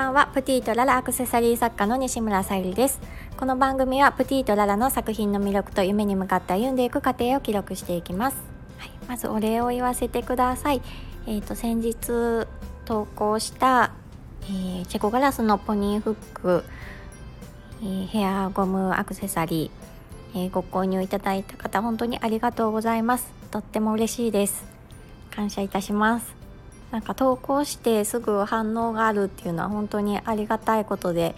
ばんは。プティとララアクセサリー作家の西村さゆりです。この番組はプティとララの作品の魅力と夢に向かって歩んでいく過程を記録していきます。まずお礼を言わせてください。先日投稿した、チェコガラスのポニーフック、ヘアゴムアクセサリー、ご購入いただいた方本当にありがとうございます。とっても嬉しいです。感謝いたします。投稿してすぐ反応があるっていうのは本当にありがたいことで、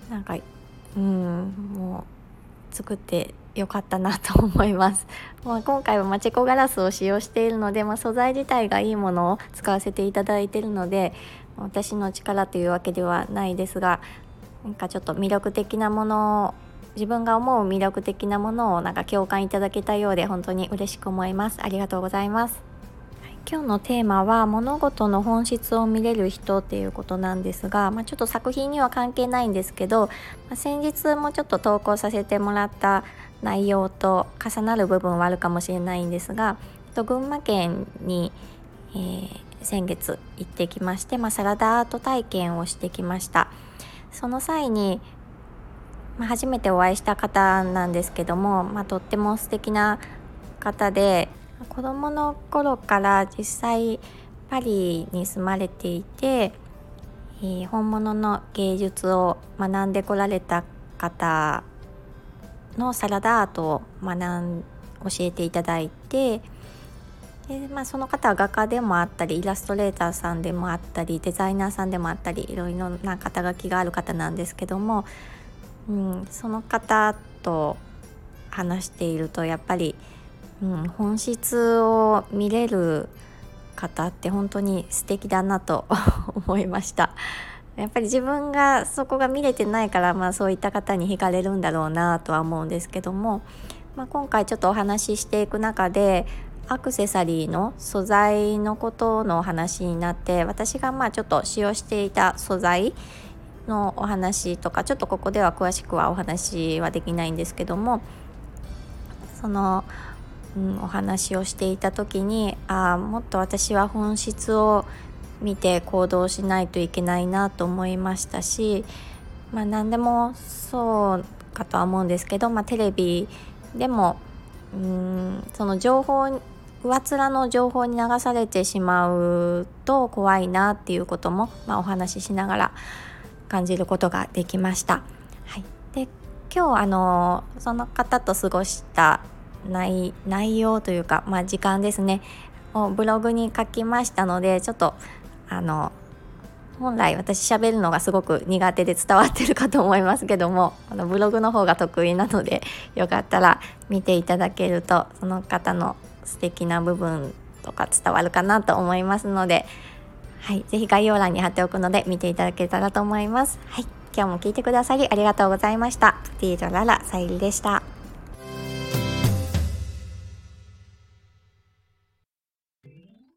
もう作ってよかったなと思います。今回はチェコガラスを使用しているので、素材自体がいいものを使わせていただいているので、私の力というわけではないですが、ちょっと魅力的なものを、自分が思う魅力的なものを共感いただけたようで本当に嬉しく思います。ありがとうございます。今日のテーマは物事の本質を見れる人っていうことなんですが、ちょっと作品には関係ないんですけど、先日もちょっと投稿させてもらった内容と重なる部分はあるかもしれないんですが、群馬県に、先月行ってきまして、サラダアート体験をしてきました。その際に、初めてお会いした方なんですけども、とっても素敵な方で、子供の頃から実際パリに住まれていて、本物の芸術を学んでこられた方のサラダアートを教えていただいて、で、その方は画家でもあったり、イラストレーターさんでもあったり、デザイナーさんでもあったり、いろいろな肩書きがある方なんですけども、その方と話しているとやっぱり本質を見れる方って本当に素敵だなと思いました。やっぱり自分がそこが見れてないから、そういった方に惹かれるんだろうなとは思うんですけども、今回ちょっとお話ししていく中でアクセサリーの素材のことのお話になって、私がちょっと使用していた素材のお話とか、ちょっとここでは詳しくはお話はできないんですけども、そのお話をしていた時に、もっと私は本質を見て行動しないといけないなと思いましたし、何でもそうかとは思うんですけど、テレビでもその情報、上っ面の情報に流されてしまうと怖いなっていうことも、お話ししながら感じることができました。で、今日その方と過ごした内容というか、時間ですねをブログに書きましたので、ちょっと本来私喋るのがすごく苦手で伝わってるかと思いますけども、ブログの方が得意なので、よかったら見ていただけるとその方の素敵な部分とか伝わるかなと思いますので、ぜひ概要欄に貼っておくので見ていただけたらと思います。今日も聞いてくださりありがとうございました。プティとララさゆりでした。